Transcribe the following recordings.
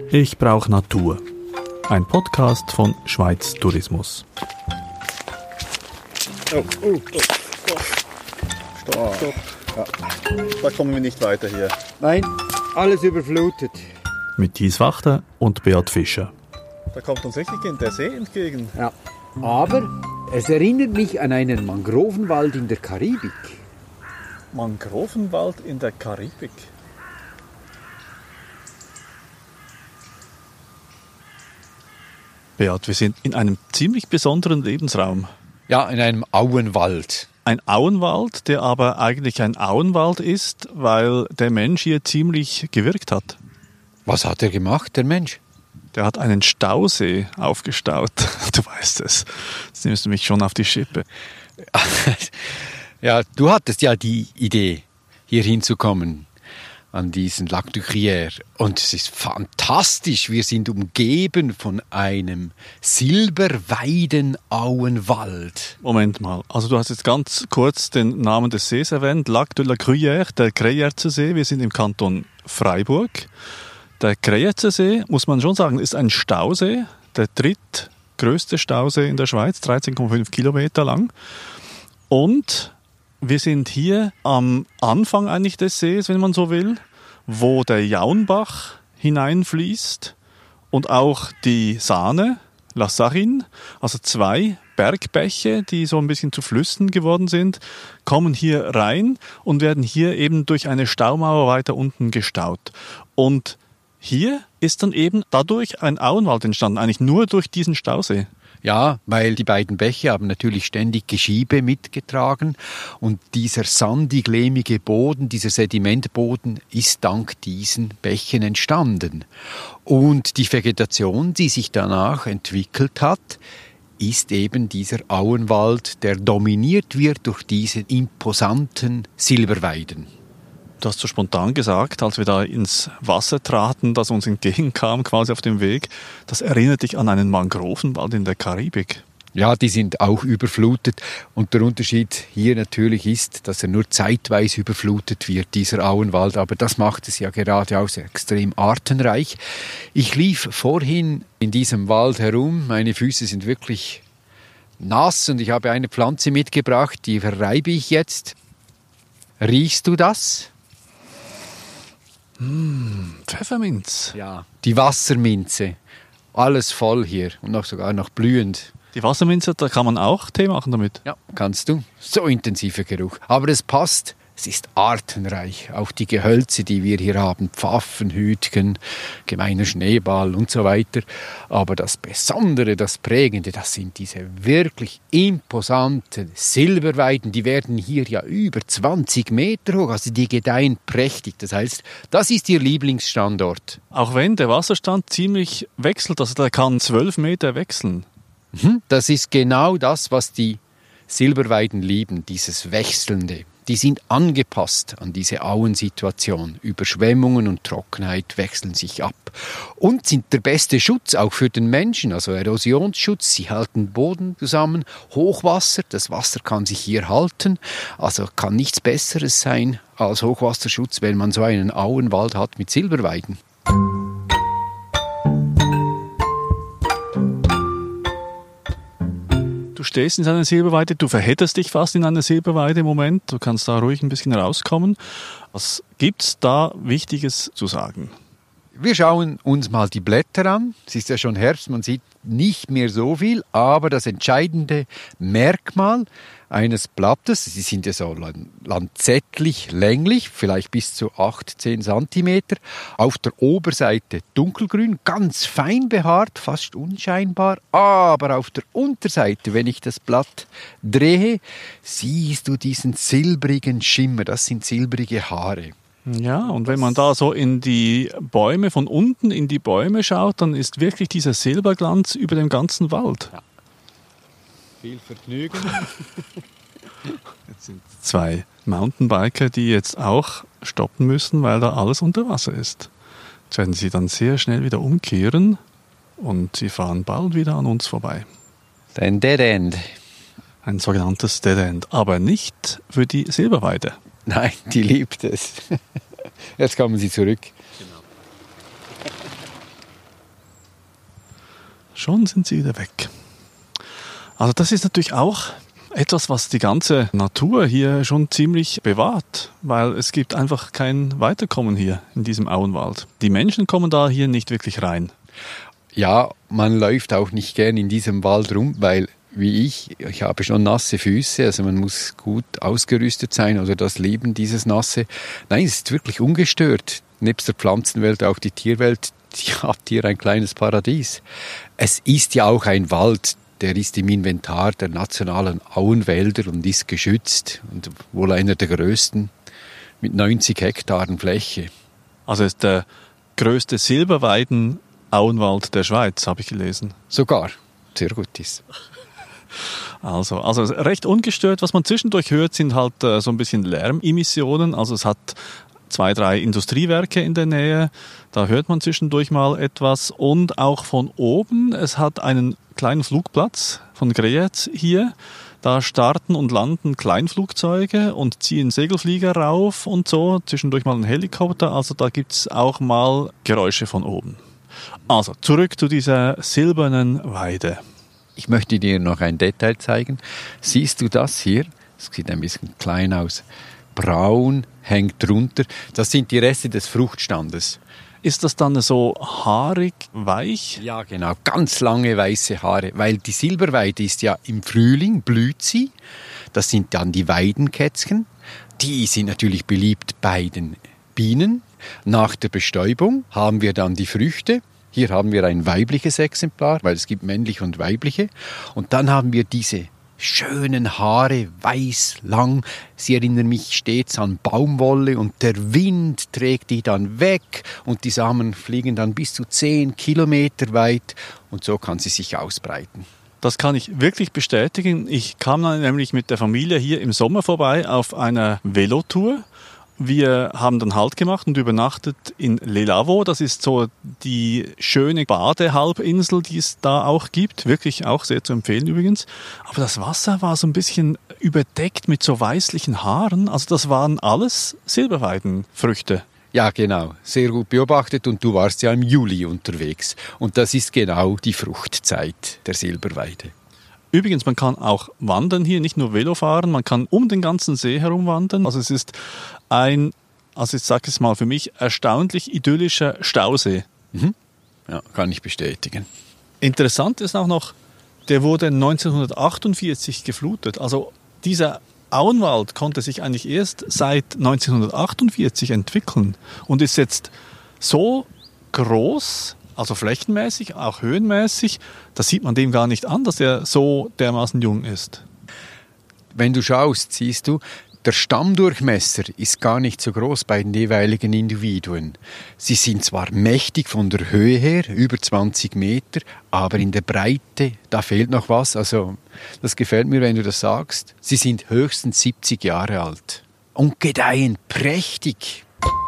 Ich brauche Natur. Ein Podcast von Schweiz Tourismus. Stopp. Ja. Da kommen wir nicht weiter hier. Nein, alles überflutet. Mit Thies Wachter und Beat Fischer. Da kommt uns wirklich der See entgegen. Ja, aber es erinnert mich an einen Mangrovenwald in der Karibik. Mangrovenwald in der Karibik? Beat, wir sind in einem ziemlich besonderen Lebensraum. Ja, in einem Auenwald. Ein Auenwald, der aber eigentlich ein Auenwald ist, weil der Mensch hier ziemlich gewirkt hat. Was hat er gemacht, der Mensch? Der hat einen Stausee aufgestaut. Du weißt es. Jetzt nimmst du mich schon auf die Schippe. Ja, du hattest ja die Idee, hier hinzukommen, an diesen Lac du Crier. Und es ist fantastisch. Wir sind umgeben von einem Silberweidenauenwald. Moment mal. Also du hast jetzt ganz kurz den Namen des Sees erwähnt. Lac de la Gruyère, der Greyerzer See. Wir sind im Kanton Freiburg. Der Greyerzer See, muss man schon sagen, ist ein Stausee. Der drittgrößte Stausee in der Schweiz, 13,5 Kilometer lang. Und wir sind hier am Anfang eigentlich des Sees, wenn man so will, wo der Jaunbach hineinfließt und auch die Saane, La Sarine, also zwei Bergbäche, die so ein bisschen zu Flüssen geworden sind, kommen hier rein und werden hier eben durch eine Staumauer weiter unten gestaut. Und hier ist dann eben dadurch ein Auenwald entstanden, eigentlich nur durch diesen Stausee. Ja, weil die beiden Bäche haben natürlich ständig Geschiebe mitgetragen und dieser sandig-lehmige Boden, dieser Sedimentboden ist dank diesen Bächen entstanden. Und die Vegetation, die sich danach entwickelt hat, ist eben dieser Auenwald, der dominiert wird durch diese imposanten Silberweiden. Du hast so spontan gesagt, als wir da ins Wasser traten, das uns entgegenkam, quasi auf dem Weg, das erinnert dich an einen Mangrovenwald in der Karibik. Ja, die sind auch überflutet und der Unterschied hier natürlich ist, dass er nur zeitweise überflutet wird, dieser Auenwald, aber das macht es ja gerade auch sehr extrem artenreich. Ich lief vorhin in diesem Wald herum, meine Füße sind wirklich nass und ich habe eine Pflanze mitgebracht, die verreibe ich jetzt. Riechst du das? Pfefferminz. Ja, die Wasserminze. Alles voll hier und sogar noch blühend. Die Wasserminze, da kann man auch Tee machen damit. Ja, kannst du. So intensiver Geruch. Aber es passt. Es ist artenreich. Auch die Gehölze, die wir hier haben, Pfaffenhütchen, gemeiner Schneeball und so weiter. Aber das Besondere, das Prägende, das sind diese wirklich imposanten Silberweiden. Die werden hier ja über 20 Meter hoch. Also die gedeihen prächtig. Das heißt, das ist ihr Lieblingsstandort. Auch wenn der Wasserstand ziemlich wechselt, also der kann 12 Meter wechseln. Das ist genau das, was die Silberweiden lieben, dieses Wechselnde. Die sind angepasst an diese Auensituation. Überschwemmungen und Trockenheit wechseln sich ab und sind der beste Schutz auch für den Menschen, also Erosionsschutz. Sie halten Boden zusammen, Hochwasser, das Wasser kann sich hier halten, also kann nichts Besseres sein als Hochwasserschutz, wenn man so einen Auenwald hat mit Silberweiden. Du stehst in einer Silberweide, du verheddest dich fast in einer Silberweide im Moment, du kannst da ruhig ein bisschen rauskommen. Was gibt's da Wichtiges zu sagen? Wir schauen uns mal die Blätter an. Es ist ja schon Herbst, man sieht nicht mehr so viel, aber das entscheidende Merkmal eines Blattes, sie sind ja so lanzettlich länglich, vielleicht bis zu 8-10 Zentimeter, auf der Oberseite dunkelgrün, ganz fein behaart, fast unscheinbar, aber auf der Unterseite, wenn ich das Blatt drehe, siehst du diesen silbrigen Schimmer, das sind silbrige Haare. Ja, und wenn man da so in die Bäume, von unten in die Bäume schaut, dann ist wirklich dieser Silberglanz über dem ganzen Wald. Ja. Viel Vergnügen. Jetzt sind zwei Mountainbiker, die jetzt auch stoppen müssen, weil da alles unter Wasser ist. Jetzt werden sie dann sehr schnell wieder umkehren und sie fahren bald wieder an uns vorbei. Ein Dead End. Ein sogenanntes Dead End, aber nicht für die Silberweide. Nein, die liebt es. Jetzt kommen sie zurück. Schon sind sie wieder weg. Also das ist natürlich auch etwas, was die ganze Natur hier schon ziemlich bewahrt, weil es gibt einfach kein Weiterkommen hier in diesem Auenwald. Die Menschen kommen da hier nicht wirklich rein. Ja, man läuft auch nicht gern in diesem Wald rum, weil wie ich habe schon nasse Füße, also man muss gut ausgerüstet sein oder das Leben dieses Nasse. Nein, es ist wirklich ungestört. Nebst der Pflanzenwelt auch die Tierwelt, die hat hier ein kleines Paradies. Es ist ja auch ein Wald, der ist im Inventar der nationalen Auenwälder und ist geschützt und wohl einer der größten mit 90 Hektaren Fläche. Also ist der größte Silberweiden-Auenwald der Schweiz, habe ich gelesen. Sogar, sehr gut ist. Also recht ungestört. Was man zwischendurch hört, sind halt so ein bisschen Lärmemissionen. Also es hat 2, 3 Industriewerke in der Nähe. Da hört man zwischendurch mal etwas. Und auch von oben, es hat einen kleinen Flugplatz von Greyerz hier. Da starten und landen Kleinflugzeuge und ziehen Segelflieger rauf und so. Zwischendurch mal ein Helikopter. Also da gibt's auch mal Geräusche von oben. Also zurück zu dieser silbernen Weide. Ich möchte dir noch ein Detail zeigen. Siehst du das hier? Das sieht ein bisschen klein aus. Braun hängt drunter. Das sind die Reste des Fruchtstandes. Ist das dann so haarig, weich? Ja, genau. Ganz lange weiße Haare. Weil die Silberweide ist ja im Frühling, blüht sie. Das sind dann die Weidenkätzchen. Die sind natürlich beliebt bei den Bienen. Nach der Bestäubung haben wir dann die Früchte. Hier haben wir ein weibliches Exemplar, weil es gibt männliche und weibliche. Und dann haben wir diese schönen Haare, weiß, lang. Sie erinnern mich stets an Baumwolle und der Wind trägt die dann weg und die Samen fliegen dann bis zu 10 Kilometer weit und so kann sie sich ausbreiten. Das kann ich wirklich bestätigen. Ich kam dann nämlich mit der Familie hier im Sommer vorbei auf einer Velotour. Wir haben dann Halt gemacht und übernachtet in Le Lavo. Das ist so die schöne Badehalbinsel, die es da auch gibt. Wirklich auch sehr zu empfehlen übrigens. Aber das Wasser war so ein bisschen überdeckt mit so weißlichen Haaren. Also das waren alles Silberweidenfrüchte. Ja, genau. Sehr gut beobachtet und du warst ja im Juli unterwegs. Und das ist genau die Fruchtzeit der Silberweide. Übrigens, man kann auch wandern hier, nicht nur Velo fahren, man kann um den ganzen See herum wandern. Also es ist also ich sage es mal für mich, erstaunlich idyllischer Stausee. Mhm. Ja, kann ich bestätigen. Interessant ist auch noch, der wurde 1948 geflutet. Also dieser Auenwald konnte sich eigentlich erst seit 1948 entwickeln und ist jetzt so groß, also flächenmäßig, auch höhenmäßig, das sieht man dem gar nicht an, dass er so dermaßen jung ist. Wenn du schaust, siehst du, der Stammdurchmesser ist gar nicht so groß bei den jeweiligen Individuen. Sie sind zwar mächtig von der Höhe her, über 20 Meter, aber in der Breite, da fehlt noch was. Also das gefällt mir, wenn du das sagst. Sie sind höchstens 70 Jahre alt und gedeihen prächtig.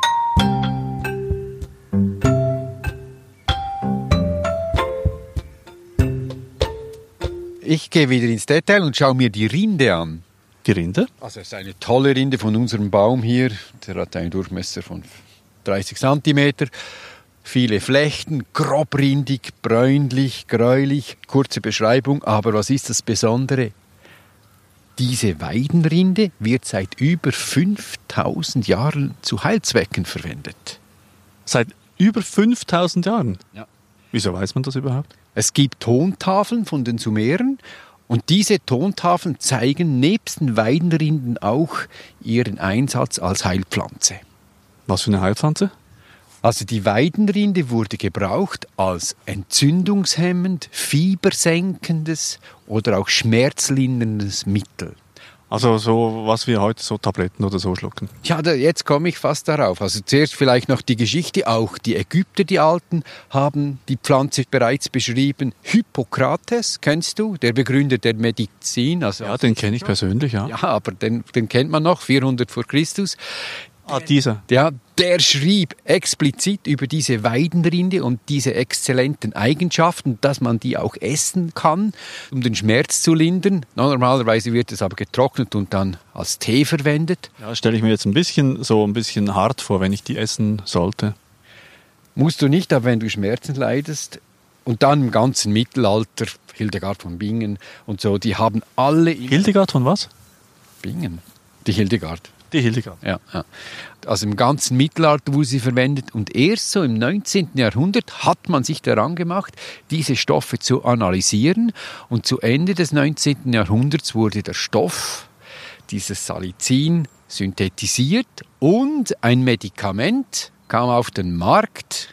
Ich gehe wieder ins Detail und schaue mir die Rinde an. Die Rinde? Also es ist eine tolle Rinde von unserem Baum hier. Der hat einen Durchmesser von 30 cm. Viele Flechten, grobrindig, bräunlich, gräulich. Kurze Beschreibung, aber was ist das Besondere? Diese Weidenrinde wird seit über 5000 Jahren zu Heilzwecken verwendet. Seit über 5000 Jahren? Ja. Wieso weiß man das überhaupt? Es gibt Tontafeln von den Sumeren und diese Tontafeln zeigen nebst den Weidenrinden auch ihren Einsatz als Heilpflanze. Was für eine Heilpflanze? Also die Weidenrinde wurde gebraucht als entzündungshemmend, fiebersenkendes oder auch schmerzlinderndes Mittel. Also so, was wir heute so Tabletten oder so schlucken. Ja, jetzt komme ich fast darauf. Also zuerst vielleicht noch die Geschichte. Auch die Ägypter, die Alten, haben die Pflanze bereits beschrieben. Hippokrates, kennst du? Der Begründer der Medizin. Also Ja, den kenne ich persönlich, ja. Ja, aber den kennt man noch, 400 vor Christus. Ah, dieser. Ja, der schrieb explizit über diese Weidenrinde und diese exzellenten Eigenschaften, dass man die auch essen kann, um den Schmerz zu lindern. Normalerweise wird es aber getrocknet und dann als Tee verwendet. Ja, stelle ich mir jetzt ein bisschen hart vor, wenn ich die essen sollte. Musst du nicht, aber wenn du Schmerzen leidest, Und dann im ganzen Mittelalter, Hildegard von Bingen und so, die haben alle... Hildegard von was? Bingen, die Hildegard. Die Hildegard. Ja, ja. Also im ganzen Mittelalter wurde sie verwendet und erst so im 19. Jahrhundert hat man sich daran gemacht, diese Stoffe zu analysieren und zu Ende des 19. Jahrhunderts wurde der Stoff, dieses Salicin, synthetisiert und ein Medikament kam auf den Markt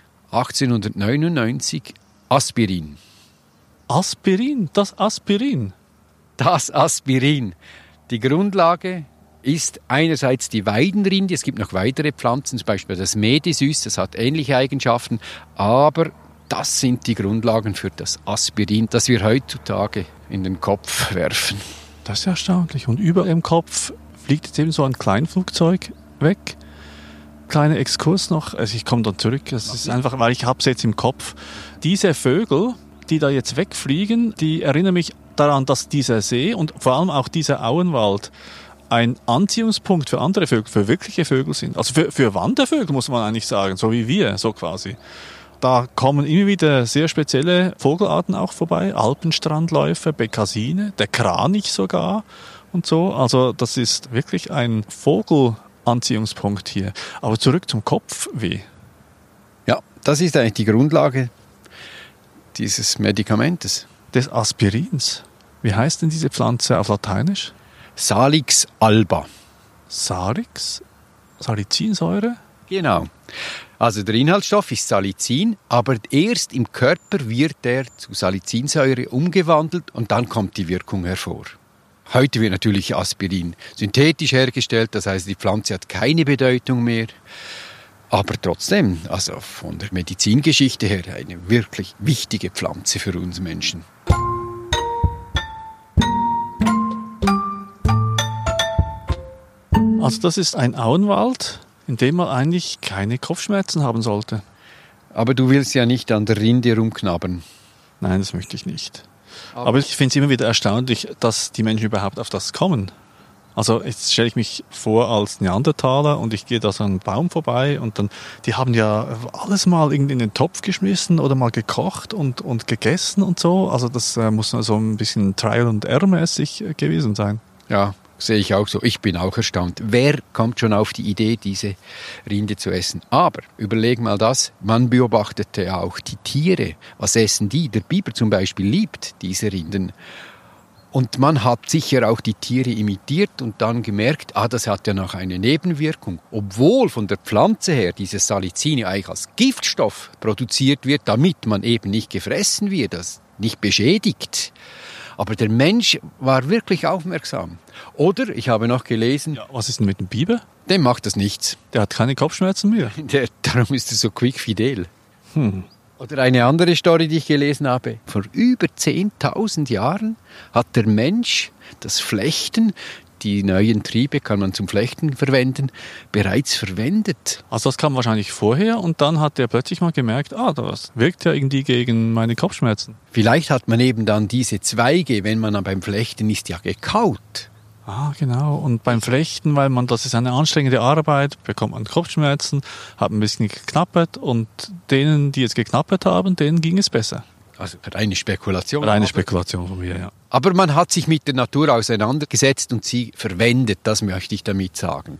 1899, Aspirin. Aspirin, das Aspirin. Das Aspirin. Die Grundlage ist einerseits die Weidenrinde, es gibt noch weitere Pflanzen, zum Beispiel das Medisüß, das hat ähnliche Eigenschaften, aber das sind die Grundlagen für das Aspirin, das wir heutzutage in den Kopf werfen. Das ist ja erstaunlich. Und über dem Kopf fliegt jetzt eben so ein Kleinflugzeug weg. Kleiner Exkurs noch, also ich komme dann zurück, es ist einfach, weil ich habe es jetzt im Kopf. Diese Vögel, die da jetzt wegfliegen, die erinnern mich daran, dass dieser See und vor allem auch dieser Auenwald ein Anziehungspunkt für andere Vögel, für wirkliche Vögel sind. Also für Wandervögel muss man eigentlich sagen, so wie wir, so quasi. Da kommen immer wieder sehr spezielle Vogelarten auch vorbei, Alpenstrandläufer, Bekassine, der Kranich sogar und so. Also das ist wirklich ein Vogelanziehungspunkt hier. Aber zurück zum Kopfweh. Ja, das ist eigentlich die Grundlage dieses Medikamentes. Des Aspirins. Wie heißt denn diese Pflanze auf Lateinisch? Salix alba. Salix? Salicinsäure? Genau. Also der Inhaltsstoff ist Salicin, aber erst im Körper wird er zu Salicinsäure umgewandelt und dann kommt die Wirkung hervor. Heute wird natürlich Aspirin synthetisch hergestellt, das heißt, die Pflanze hat keine Bedeutung mehr. Aber trotzdem, also von der Medizingeschichte her, eine wirklich wichtige Pflanze für uns Menschen. Also das ist ein Auenwald, in dem man eigentlich keine Kopfschmerzen haben sollte. Aber du willst ja nicht an der Rinde rumknabbern. Nein, das möchte ich nicht. Aber ich finde es immer wieder erstaunlich, dass die Menschen überhaupt auf das kommen. Also jetzt stelle ich mich vor als Neandertaler und ich gehe da so an einem Baum vorbei und dann, die haben ja alles mal irgendwie in den Topf geschmissen oder mal gekocht und gegessen und so. Also das muss so ein bisschen Trial and Error-mäßig gewesen sein. Ja, sehe ich auch so. Ich bin auch erstaunt. Wer kommt schon auf die Idee, diese Rinde zu essen? Aber überleg mal das, man beobachtete ja auch die Tiere. Was essen die? Der Biber zum Beispiel liebt diese Rinden. Und man hat sicher auch die Tiere imitiert und dann gemerkt, das hat ja noch eine Nebenwirkung. Obwohl von der Pflanze her dieses Salicin eigentlich als Giftstoff produziert wird, damit man eben nicht gefressen wird, das nicht beschädigt. Aber der Mensch war wirklich aufmerksam. Oder, ich habe noch gelesen... Ja, was ist denn mit dem Biber? Dem macht das nichts. Der hat keine Kopfschmerzen mehr. Darum ist er so quickfidel. Oder eine andere Story, die ich gelesen habe. Vor über 10.000 Jahren hat der Mensch das Flechten, die neuen Triebe kann man zum Flechten verwenden, bereits verwendet. Also das kam wahrscheinlich vorher und dann hat er plötzlich mal gemerkt, das wirkt ja irgendwie gegen meine Kopfschmerzen. Vielleicht hat man eben dann diese Zweige, wenn man dann beim Flechten ist, ja gekaut. Genau. Und beim Flechten, weil das ist eine anstrengende Arbeit, bekommt man Kopfschmerzen, hat ein bisschen geknappert und denen, die jetzt geknappert haben, denen ging es besser. Also reine Spekulation. Reine Spekulation von mir, ja. Aber man hat sich mit der Natur auseinandergesetzt und sie verwendet, das möchte ich damit sagen.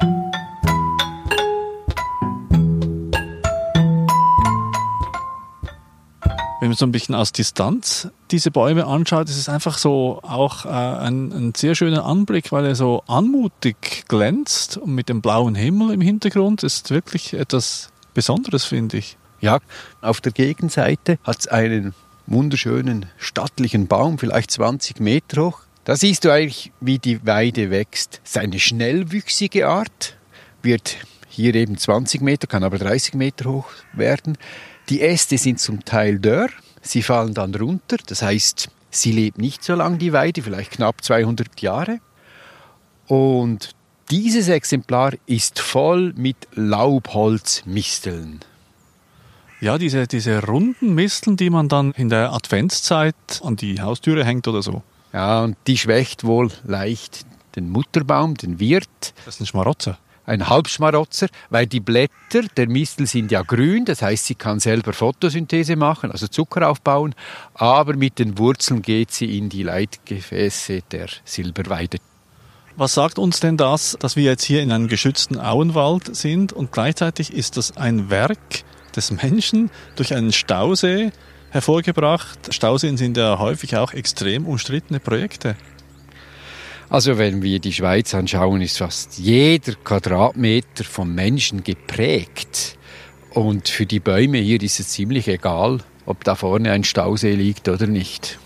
Wenn man so ein bisschen aus Distanz diese Bäume anschaut, ist es einfach so auch ein sehr schöner Anblick, weil er so anmutig glänzt und mit dem blauen Himmel im Hintergrund ist wirklich etwas Besonderes, finde ich. Ja, auf der Gegenseite hat es einen wunderschönen, stattlichen Baum, vielleicht 20 Meter hoch. Da siehst du eigentlich, wie die Weide wächst. Es ist eine schnellwüchsige Art, wird hier eben 20 Meter, kann aber 30 Meter hoch werden. Die Äste sind zum Teil dörr, sie fallen dann runter. Das heißt, sie lebt nicht so lange, die Weide, vielleicht knapp 200 Jahre. Und dieses Exemplar ist voll mit Laubholzmisteln. Ja, diese runden Misteln, die man dann in der Adventszeit an die Haustüre hängt oder so. Ja, und die schwächt wohl leicht den Mutterbaum, den Wirt. Das ist ein Schmarotzer. ein Halbschmarotzer, weil die Blätter der Mistel sind ja grün, das heißt, sie kann selber Photosynthese machen, also Zucker aufbauen, aber mit den Wurzeln geht sie in die Leitgefäße der Silberweide. Was sagt uns denn das, dass wir jetzt hier in einem geschützten Auenwald sind und gleichzeitig ist das ein Werk des Menschen durch einen Stausee hervorgebracht? Stauseen sind ja häufig auch extrem umstrittene Projekte. Also wenn wir die Schweiz anschauen, ist fast jeder Quadratmeter vom Menschen geprägt. Und für die Bäume hier ist es ziemlich egal, ob da vorne ein Stausee liegt oder nicht.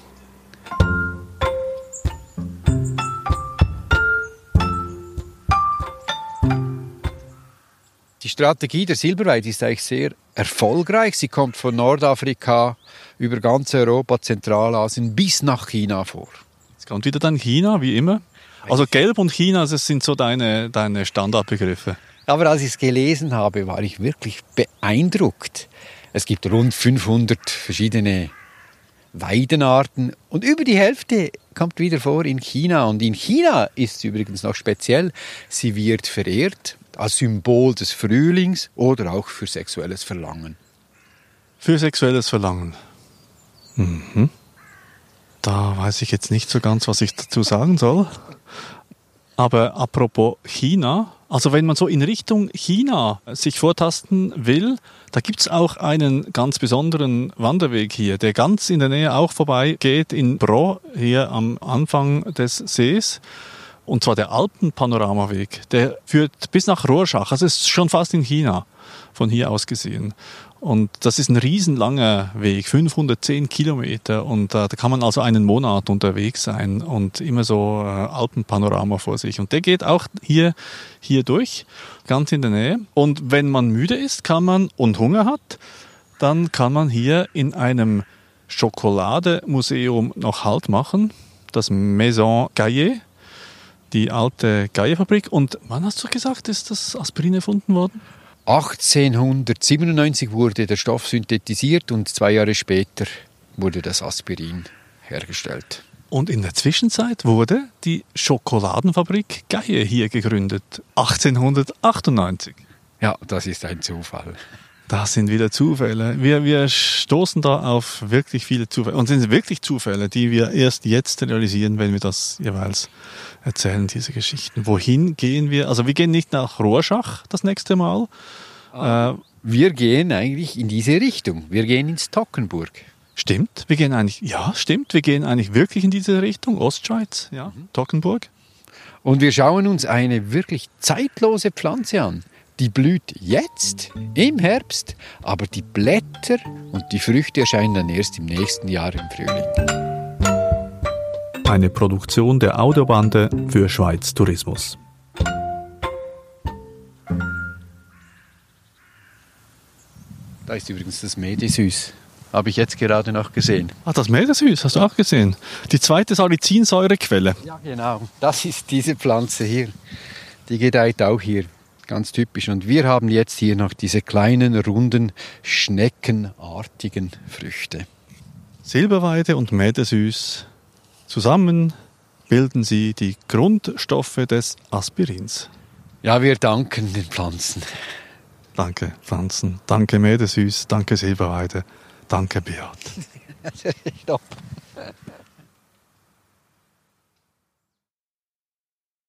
Die Strategie der Silberweide ist eigentlich sehr erfolgreich. Sie kommt von Nordafrika über ganz Europa, Zentralasien bis nach China vor. Jetzt kommt wieder dann China, wie immer. Also Gelb und China, das sind so deine Standardbegriffe. Aber als ich es gelesen habe, war ich wirklich beeindruckt. Es gibt rund 500 verschiedene Weidenarten und über die Hälfte kommt wieder vor in China. Und in China ist es übrigens noch speziell, sie wird verehrt als Symbol des Frühlings oder auch für sexuelles Verlangen. Für sexuelles Verlangen. Mhm. Da weiß ich jetzt nicht so ganz, was ich dazu sagen soll. Aber apropos China, also wenn man so in Richtung China sich vortasten will, da gibt es auch einen ganz besonderen Wanderweg hier, der ganz in der Nähe auch vorbei geht in Bro, hier am Anfang des Sees. Und zwar der Alpenpanoramaweg, der führt bis nach Rorschach, also es ist schon fast in China, von hier aus gesehen. Und das ist ein riesenlanger Weg, 510 Kilometer und da kann man also einen Monat unterwegs sein und immer so Alpenpanorama vor sich. Und der geht auch hier durch, ganz in der Nähe. Und wenn man müde ist und Hunger hat, dann kann man hier in einem Schokolademuseum noch Halt machen, das Maison Gaillet, die alte Gaillet-Fabrik. Und wann hast du gesagt, ist das Aspirin erfunden worden? 1897 wurde der Stoff synthetisiert und 2 Jahre später wurde das Aspirin hergestellt. Und in der Zwischenzeit wurde die Schokoladenfabrik Gaillet hier gegründet, 1898. Ja, das ist ein Zufall. Das sind wieder Zufälle. Wir stoßen da auf wirklich viele Zufälle. Und es sind wirklich Zufälle, die wir erst jetzt realisieren, wenn wir das jeweils erzählen, diese Geschichten. Wohin gehen wir? Also wir gehen nicht nach Rorschach das nächste Mal. Wir gehen eigentlich in diese Richtung. Wir gehen ins Toggenburg. Stimmt, wir gehen eigentlich wirklich in diese Richtung, Ostschweiz, ja, Toggenburg. Und wir schauen uns eine wirklich zeitlose Pflanze an. Die blüht jetzt im Herbst, aber die Blätter und die Früchte erscheinen dann erst im nächsten Jahr im Frühling. Eine Produktion der Audiobande für Schweiz Tourismus. Da ist übrigens das Medisüß. Habe ich jetzt gerade noch gesehen. Ah, das Medisüß, hast du auch gesehen? Die zweite Salicinsäurequelle. Ja, genau. Das ist diese Pflanze hier. Die gedeiht auch hier. Ganz typisch. Und wir haben jetzt hier noch diese kleinen, runden, schneckenartigen Früchte. Silberweide und Medisüß. Zusammen bilden sie die Grundstoffe des Aspirins. Ja, wir danken den Pflanzen. Danke Pflanzen, danke Medisüß, danke Silberweide, danke Beat. Stopp.